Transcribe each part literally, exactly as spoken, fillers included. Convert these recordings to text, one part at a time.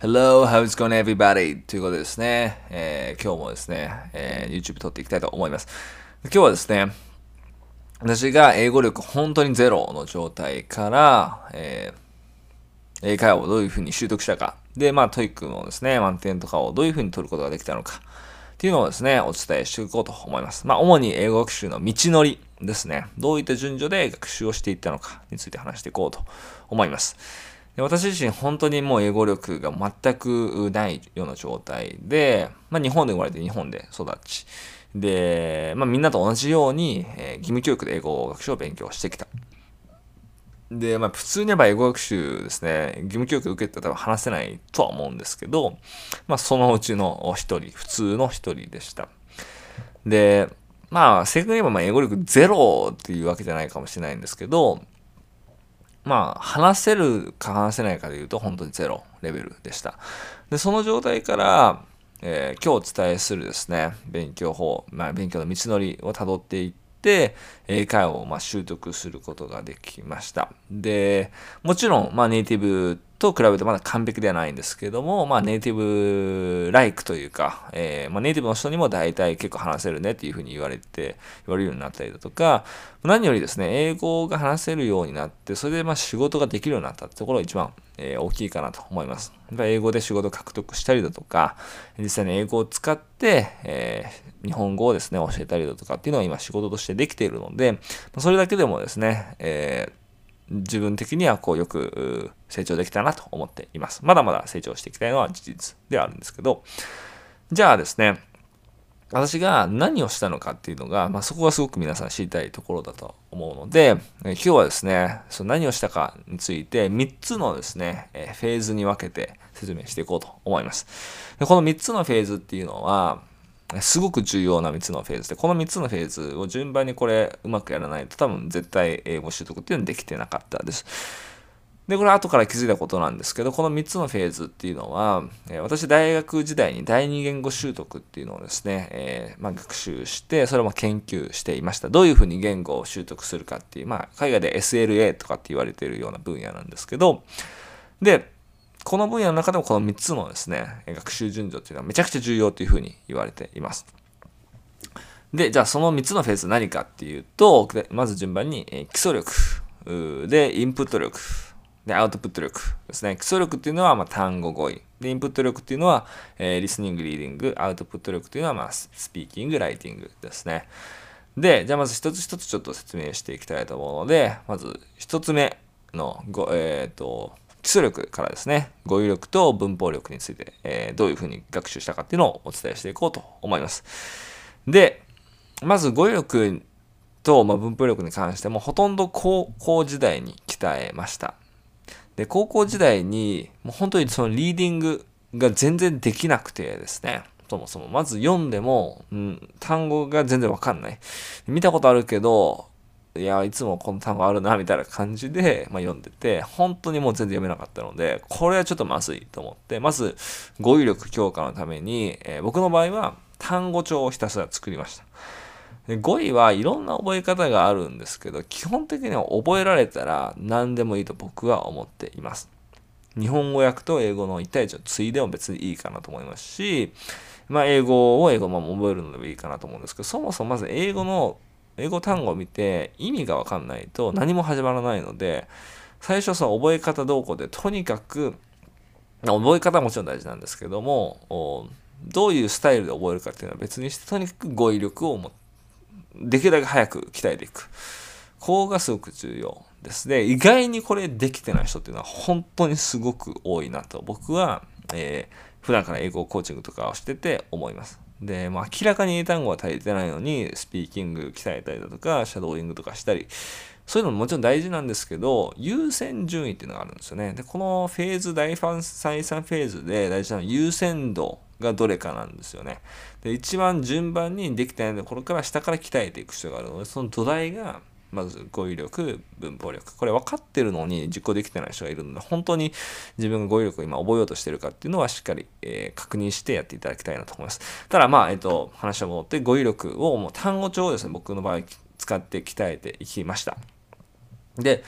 Hello, how's it going everybody? ということでですね、えー今日もですね、えー YouTube 撮っていきたいと思います。今日はですね、私が英語力本当にゼロの状態から、えー英会話をどういうふうに習得したか。で、まあ、トイックのですね、満点とかをどういうふうに取ることができたのか。っていうのをですね、お伝えしていこうと思います。まあ、主に英語学習の道のりですね。どういった順序で学習をしていったのかについて話していこうと思います。で私自身本当にもう英語力が全くないような状態で、まあ、日本で生まれて日本で育ち、で、まあ、みんなと同じように、えー義務教育で英語学習を勉強してきた。で、まあ、普通に言えば英語学習ですね、義務教育受けてたら多分話せないとは思うんですけど、まあ、そのうちの一人、普通の一人でした。で、まあ、正確に言えばまあ英語力ゼロっていうわけじゃないかもしれないんですけど、まあ、話せるか話せないかで言うと本当にゼロレベルでした。で、その状態から、えー今日お伝えするですね、勉強法、まあ、勉強の道のりをたどっていって、英会話をまあ習得することができました。で、もちろん、まあ、ネイティブと比べてまだ完璧ではないんですけども、まあ、ネイティブライクというか、えーまあ、ネイティブの人にも大体結構話せるねっていうふうに言われて、言われるようになったりだとか、何よりですね、英語が話せるようになって、それでまあ仕事ができるようになったってところが一番、えー大きいかなと思います。やっぱり英語で仕事を獲得したりだとか、実際に英語を使って、えー日本語をですね、教えたりだとかっていうのは今仕事としてできているので、それだけでもですね、えー自分的にはこうよく成長できたなと思っています。まだまだ成長していきたいのは事実ではあるんですけど、じゃあですね、私が何をしたのかっていうのが、まあ、そこがすごく皆さん知りたいところだと思うので、え今日はですね、その何をしたかについてみっつのですね、えフェーズに分けて説明していこうと思います。でこのみっつのフェーズっていうのは、すごく重要なみっつのフェーズで、このみっつのフェーズを順番にこれうまくやらないと多分絶対英語習得っていうのはできてなかったです。で、これは後から気づいたことなんですけど、このみっつのフェーズっていうのは、えー私大学時代に第二言語習得っていうのをですね、えーまあ、学習して、それも研究していました。どういうふうに言語を習得するかっていう、まあ、海外で エスエルエー とかって言われているような分野なんですけど、で、この分野の中でもこのみっつのですね、学習順序っていうのはめちゃくちゃ重要というふうに言われています。で、じゃあそのみっつのフェーズ何かっていうと、まず順番に、えー基礎力、で、インプット力、で、アウトプット力ですね。基礎力っていうのは、まあ、単語語彙。で、インプット力っていうのは、えーリスニング、リーディング。アウトプット力っていうのは、まあ、スピーキング、ライティングですね。で、じゃあまず一つ一つちょっと説明していきたいと思うので、まず一つ目のご、えっ、と、基礎力からですね、語彙力と文法力について、えーどういうふうに学習したかっていうのをお伝えしていこうと思います。で、まず語彙力と、まあ、文法力に関してもほとんど高校時代に鍛えました。で、高校時代に、もう本当にそのリーディングが全然できなくてですね、そもそも、まず読んでも、うん、単語が全然わかんない。見たことあるけど、いや、いつもこの単語あるな、みたいな感じで、まあ、読んでて、本当にもう全然読めなかったので、これはちょっとまずいと思って、まず、語彙力強化のために、えー僕の場合は、単語帳をひたすら作りました。で語彙はいろんな覚え方があるんですけど、基本的には覚えられたら何でもいいと僕は思っています。日本語訳と英語の一対一のついでも別にいいかなと思いますし、まあ英語を英語も覚えるのでもいいかなと思うんですけど、そもそもまず英語の、英語単語を見て意味がわかんないと何も始まらないので、最初その覚え方どうこうでとにかく、覚え方はもちろん大事なんですけども、どういうスタイルで覚えるかっていうのは別にして、とにかく語彙力を持ってできるだけ早く鍛えていく。ここがすごく重要です。で、意外にこれできてない人っていうのは本当にすごく多いなと僕は、えー、普段から英語コーチングとかをしてて思います。で、まあ、明らかに英単語が足りてないのに、スピーキング鍛えたりだとか、シャドーイングとかしたり、そういうのももちろん大事なんですけど、優先順位っていうのがあるんですよね。で、このフェーズ、第三フェーズで大事なのは優先度がどれかなんですよね。で、一番順番にできてないところから下から鍛えていく必要があるので、その土台が、まず語彙力、文法力。これ分かってるのに実行できてない人がいるので、本当に自分が語彙力を今覚えようとしてるかっていうのはしっかり、えー確認してやっていただきたいなと思います。ただまあ、えっと、話は戻って語彙力をもう単語帳をですね、僕の場合使って鍛えていきました。で、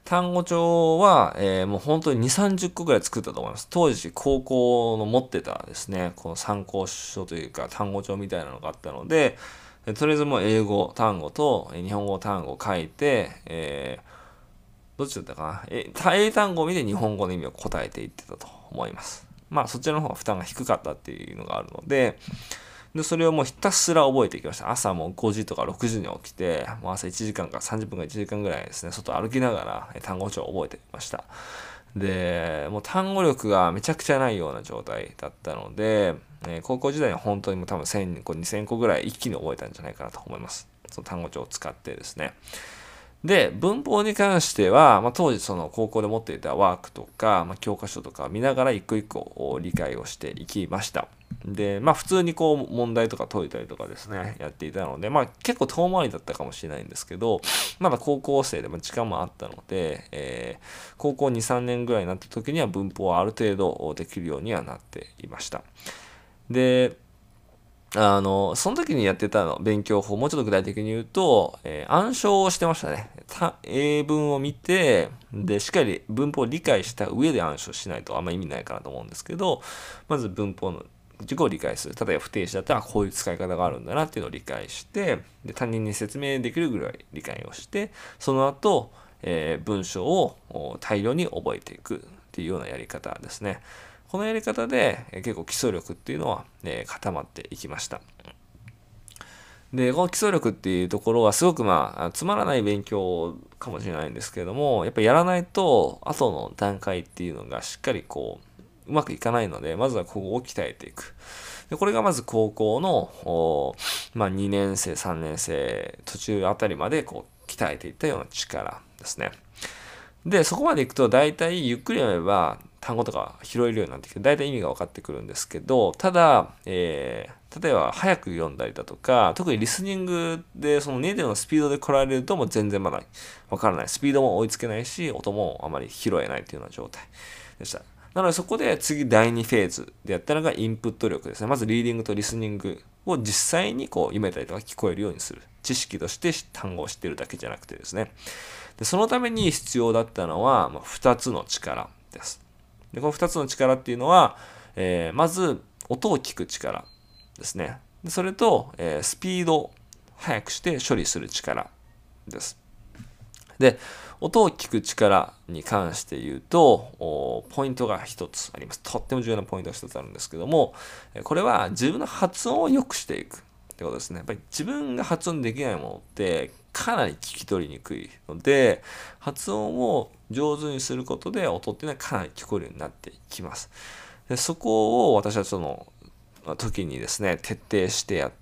単語帳は、えーもう本当にに、さんじゅっこぐらい作ったと思います。当時、高校の持ってたですね、この参考書というか単語帳みたいなのがあったので、えとりあえずもう英語単語とえー日本語単語を書いて、えーどっちだったかな。え、英単語を見て日本語の意味を答えていってたと思います。まあそっちの方が負担が低かったっていうのがあるので、で、それをもうひたすら覚えていきました。朝もごじとかろくじに起きて、もう朝いちじかんかさんじゅっぷんかいちじかんぐらいですね、外歩きながらえ単語帳を覚えていました。で、もう単語力がめちゃくちゃないような状態だったので、えー高校時代には本当にもう多分せんこ、にせんこぐらい一気に覚えたんじゃないかなと思います。その単語帳を使ってですね。で、文法に関しては、まあ、当時その高校で持っていたワークとか、まあ、教科書とかを見ながら一個一個理解をしていきました。で、まあ普通にこう問題とか解いたりとかですね、やっていたので、まあ結構遠回りだったかもしれないんですけど、まだ高校生でも時間もあったので、えー高校に、さんねんぐらいになった時には文法はある程度できるようにはなっていました。で、あの、その時にやってたの、勉強法、もうちょっと具体的に言うと、えー暗唱をしてましたね。た英文を見て、で、しっかり文法を理解した上で暗唱しないとあんま意味ないかなと思うんですけど、まず文法の自己を理解する。例えば不定詞だったらこういう使い方があるんだなっていうのを理解して、で他人に説明できるぐらい理解をして、その後、えー文章をお大量に覚えていくっていうようなやり方ですね。このやり方でえー結構基礎力っていうのは、えー固まっていきました。で、この基礎力っていうところはすごくまあ、つまらない勉強かもしれないんですけれども、やっぱやらないと、後の段階っていうのがしっかりこう、うまくいかないので、まずはここを鍛えていく。で、これがまず高校の、おまあ、にねん生、さんねん生、途中あたりまでこう、鍛えていったような力ですね。で、そこまでいくと大体ゆっくり読めば単語とか拾えるようになってきて、大体意味が分かってくるんですけど、ただ、えー、例えば早く読んだりだとか、特にリスニングでそのネイティブのスピードで来られるともう全然まだ分からない。スピードも追いつけないし、音もあまり拾えないというような状態でした。なのでそこで次だいにフェーズでやったのがインプット力ですね。まずリーディングとリスニングを実際にこう読めたりとか聞こえるようにする。知識として単語を知ってるだけじゃなくてですね。で、そのために必要だったのは、まあ、ふたつの力です。で、このふたつの力っていうのは、えーまず、音を聞く力ですね。でそれと、えースピードを速くして処理する力です。で、音を聞く力に関して言うと、ポイントが一つあります。とっても重要なポイントが一つあるんですけども、これは自分の発音を良くしていくってことですね。やっぱり自分が発音できないものってかなり聞き取りにくいので、発音を上手にすることで音っていうのはかなり聞こえるようになっていきます。でそこを私はその時にですね、徹底してやって、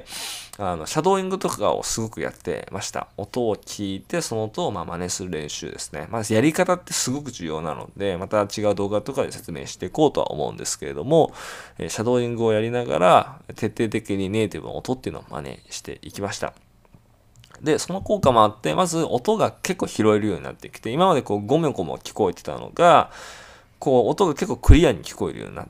あの、シャドーイングとかをすごくやってました。音を聞いて、その音をまあ真似する練習ですね。まずやり方ってすごく重要なので、また違う動画とかで説明していこうとは思うんですけれども、シャドーイングをやりながら、徹底的にネイティブの音っていうのを真似していきました。で、その効果もあって、まず音が結構拾えるようになってきて、今までこうゴメゴメ聞こえてたのが、こう音が結構クリアに聞こえるようになって、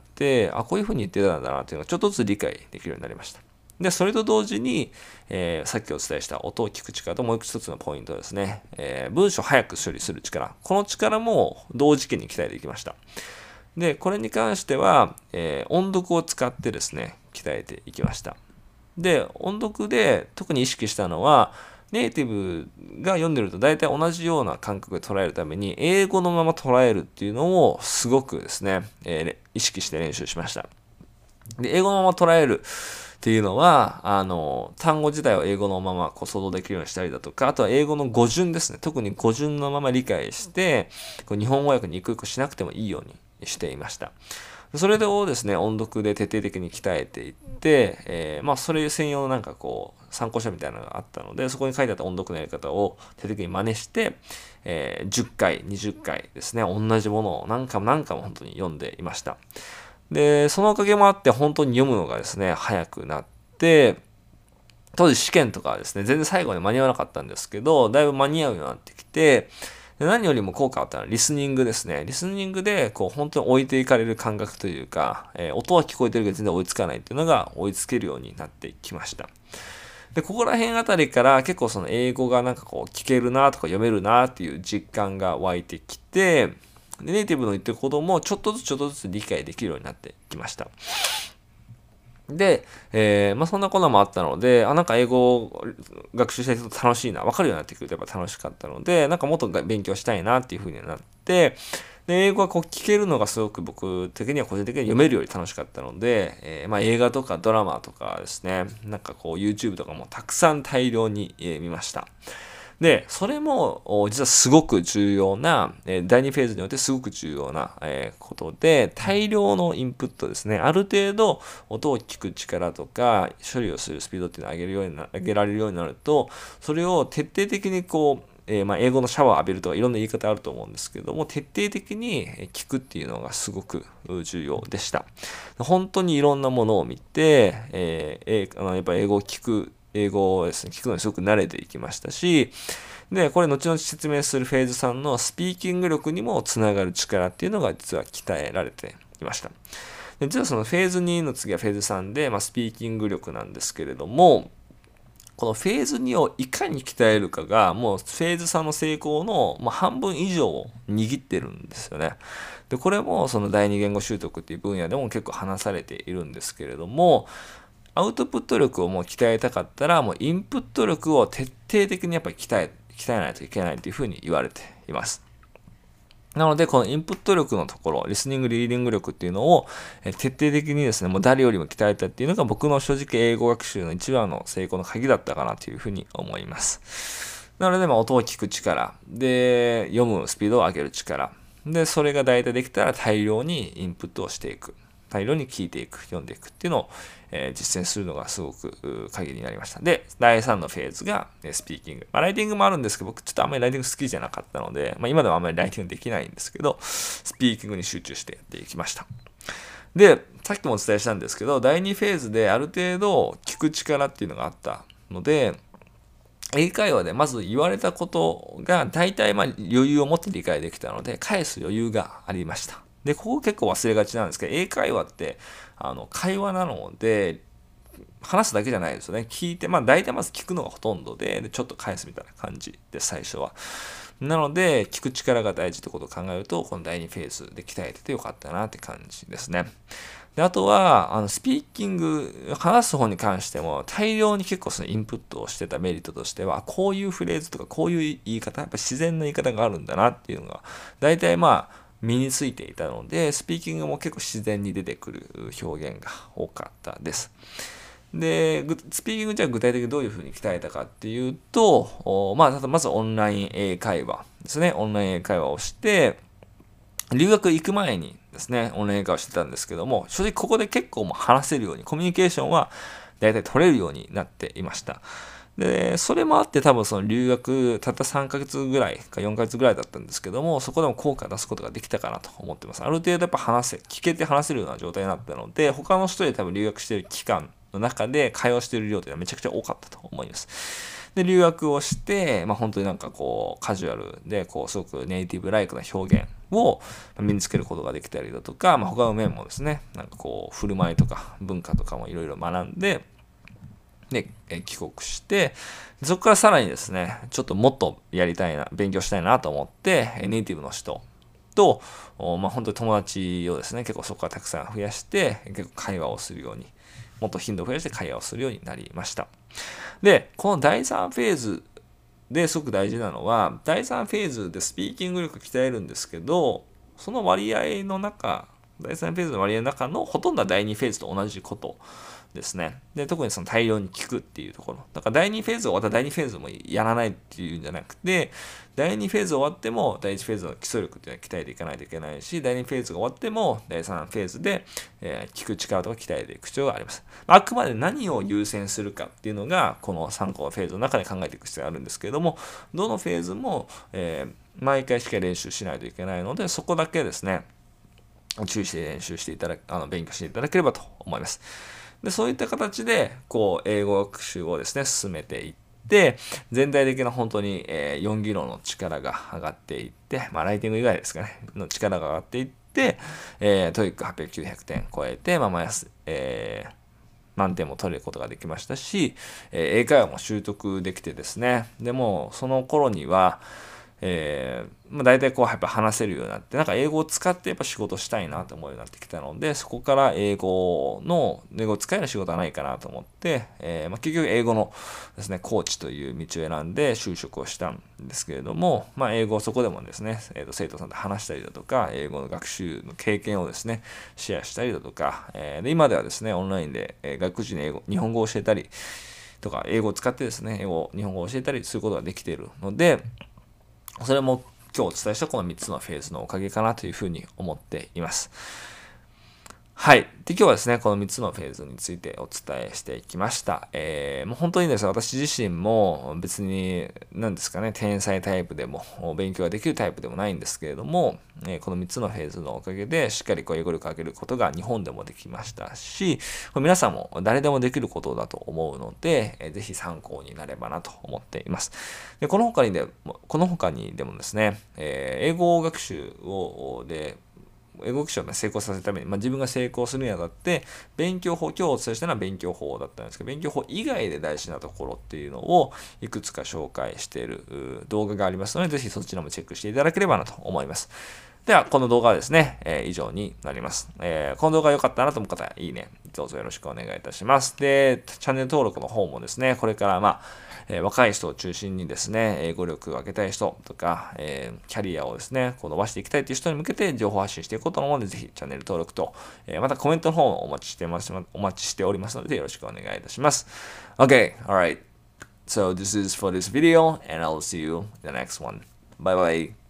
あ、こういう風に言ってたんだなっていうのがちょっとずつ理解できるようになりました。で、それと同時に、えーさっきお伝えした音を聞く力ともう一つのポイントですね。えー文章を早く処理する力。この力も同時期に鍛えていきました。で、これに関しては、えー音読を使ってですね、鍛えていきました。で、音読で特に意識したのは、ネイティブが読んでると大体同じような感覚で捉えるために、英語のまま捉えるっていうのをすごくですね、えー意識して練習しました。で、英語のまま捉えるっていうのは、あの、単語自体を英語のままこう想像できるようにしたりだとか、あとは英語の語順ですね。特に語順のまま理解して、こう日本語訳に一個一個しなくてもいいようにしていました。それをですね、音読で徹底的に鍛えていって、えーまあ、それ専用のなんかこう、参考書みたいなのがあったので、そこに書いてあった音読のやり方を徹底的に真似して、えーじゅっかい、にじゅっかいですね、同じものを何回も何回も本当に読んでいました。で、そのおかげもあって本当に読むのがですね、早くなって、当時試験とかはですね、全然最後まで間に合わなかったんですけど、だいぶ間に合うようになってきて、で何よりも効果あったのはリスニングですね。リスニングで、こう、本当に置いていかれる感覚というか、えー音は聞こえてるけど全然追いつかないっていうのが追いつけるようになってきました。 で、ここら辺あたりから結構その英語がなんかこう聞けるなとか読めるなっていう実感が湧いてきて、でネイティブの言ってることもちょっとずつちょっとずつ理解できるようになってきました。で、えー、まあそんなこともあったので、あ、なんか英語を学習した人と楽しいな、わかるようになってくるとやっぱ楽しかったので、なんかもっと勉強したいなっていう風になって、で、英語がこう聞けるのがすごく僕的には個人的に読めるより楽しかったので、えー、まあ映画とかドラマとかですね、なんかこう YouTube とかもたくさん大量に、えー、見ました。で、それも実はすごく重要な、えー、だいにフェーズにおいてすごく重要な、えー、ことで、大量のインプットですね、ある程度音を聞く力とか処理をするスピードっていうのを上げるようにな、上げられるようになると、それを徹底的にこう、えー、まあ英語のシャワーを浴びるとかいろんな言い方あると思うんですけども、徹底的に聞くっていうのがすごく重要でした。本当にいろんなものを見て、えー、あのやっぱ英語を聞く英語をですね、聞くのにすごく慣れていきましたし、で、これ後々説明するフェーズさんのスピーキング力にもつながる力っていうのが実は鍛えられていました。で実はそのフェーズにの次はフェーズさんで、まあ、スピーキング力なんですけれども、このフェーズにをいかに鍛えるかが、もうフェーズさんの成功の、まあ、半分以上を握ってるんですよね。で、これもその第二言語習得っていう分野でも結構話されているんですけれども、アウトプット力をもう鍛えたかったら、もうインプット力を徹底的にやっぱり鍛え、鍛えないといけないというふうに言われています。なので、このインプット力のところ、リスニング、リーディング力っていうのを徹底的にですね、もう誰よりも鍛えたっていうのが僕の正直英語学習の一番の成功の鍵だったかなというふうに思います。なので、まあ、音を聞く力、で、読むスピードを上げる力、で、それが大体できたら大量にインプットをしていく。大量に聞いていく、読んでいくっていうのを、えー、実践するのがすごく鍵になりました。で、だいさんのフェーズが、ね、スピーキング。まあ、ライティングもあるんですけど、僕ちょっとあんまりライティング好きじゃなかったので、まあ、今でもあんまりライティングできないんですけど、スピーキングに集中してやっていきました。で、さっきもお伝えしたんですけど、だいにフェーズである程度聞く力っていうのがあったので、英会話でまず言われたことが大体まあ余裕を持って理解できたので、返す余裕がありました。で、ここ結構忘れがちなんですけど、英会話ってあの会話なので、話すだけじゃないですよね。聞いて、まあ大体まず聞くのがほとんどで、でちょっと返すみたいな感じで、最初は。なので、聞く力が大事ってことを考えると、このだいにフェーズで鍛えててよかったなって感じですね。であとは、あの、スピーキング、話す方に関しても、大量に結構そのインプットをしてたメリットとしては、こういうフレーズとか、こういう言い方、やっぱ自然な言い方があるんだなっていうのが、大体まあ、身についていたので、スピーキングも結構自然に出てくる表現が多かったです。で、スピーキングじゃあ具体的にどういうふうに鍛えたかっていうと、まあ、まずオンライン英会話ですね。オンライン英会話をして、留学行く前にですね、オンライン英会話してたんですけども、正直ここで結構もう話せるように、コミュニケーションは大体取れるようになっていました。で、それもあって多分その留学たったさんかげつぐらいかよんかげつぐらいだったんですけども、そこでも効果を出すことができたかなと思ってます。ある程度やっぱ話せ、聞けて話せるような状態になったので、他の人で多分留学している期間の中で会話している量というのはめちゃくちゃ多かったと思います。で、留学をして、まあ本当になんかこう、カジュアルで、こう、すごくネイティブライクな表現を身につけることができたりだとか、まあ他の面もですね、なんかこう、振る舞いとか文化とかもいろいろ学んで、で、帰国して、そこからさらにですね、ちょっともっとやりたいな、勉強したいなと思って、ネイティブの人と、まあ本当に友達をですね、結構そこからたくさん増やして、結構会話をするように、もっと頻度を増やして会話をするようになりました。で、このだいさんフェーズですごく大事なのは、だいさんフェーズでスピーキング力鍛えるんですけど、その割合の中、だいさんフェーズの割合の中のほとんどはだいにフェーズと同じことですね。で、特にその大量に聞くっていうところ。だからだいにフェーズ終わったらだいにフェーズもやらないっていうんじゃなくて、だいにフェーズ終わってもだいいちフェーズの基礎力っていうのは鍛えていかないといけないし、だいにフェーズが終わってもだいさんフェーズで、えー、聞く力とか鍛えていく必要があります。あくまで何を優先するかっていうのが、このさんこのフェーズの中で考えていく必要があるんですけれども、どのフェーズも、えー、毎回しっかり練習しないといけないので、そこだけですね、注意して練習していただあの勉強していただければと思います。で、そういった形で、こう、英語学習をですね、進めていって、全体的な本当に、えー、よん技能の力が上がっていって、まあ、ライティング以外ですかね、の力が上がっていって、えー、トイックはっぴゃく、きゅうひゃくてん超えて、まあ、マイナス、えー、 満点も取れることができましたし、えー、英会話も習得できてですね、でもその頃には、えーまあ、大体こうやっぱ話せるようになって、なんか英語を使ってやっぱ仕事したいなと思うようになってきたので、そこから英語の、英語を使える仕事はないかなと思って、えーまあ、結局英語のですね、コーチという道を選んで就職をしたんですけれども、まあ、英語をそこでもですね、えー、と生徒さんと話したりだとか、英語の学習の経験をですね、シェアしたりだとか、えー、で今ではですね、オンラインで、えー、外国人に英語、日本語を教えたりとか、英語を使ってですね、英語、日本語を教えたりすることができているので、それも今日お伝えしたこのみっつのフェーズのおかげかなというふうに思っています。はい。で、今日はですね、このみっつのフェーズについてお伝えしていきました。えー、もう本当にですね、私自身も別に、何ですかね、天才タイプでも、勉強ができるタイプでもないんですけれども、えー、このみっつのフェーズのおかげで、しっかりこう英語力を上げることが日本でもできましたし、これ皆さんも誰でもできることだと思うので、えー、ぜひ参考になればなと思っています。で、この他にでも、この他にでもですね、えー、英語学習を、で、英語学習を成功させるために、まあ、自分が成功するにあたって、勉強法、今日お伝えしたのは勉強法だったんですけど、勉強法以外で大事なところっていうのをいくつか紹介している動画がありますので、ぜひそちらもチェックしていただければなと思います。では、この動画はですね、えー、以上になります。えー、この動画良かったなと思う方は、いいね、どうぞよろしくお願いいたします。で、チャンネル登録の方もですね、これからまあ、えー、若い人を中心にですね、英語力を上げたい人とか、えー、キャリアをですね、こう伸ばしていきたいという人に向けて情報発信していくことなので、ぜひチャンネル登録と、えー、またコメントの方もお待ちしてます、お待ちしておりますので、よろしくお願いいたします。Okay, alright. So this is for this video, and I'll see you in the next one. Bye bye.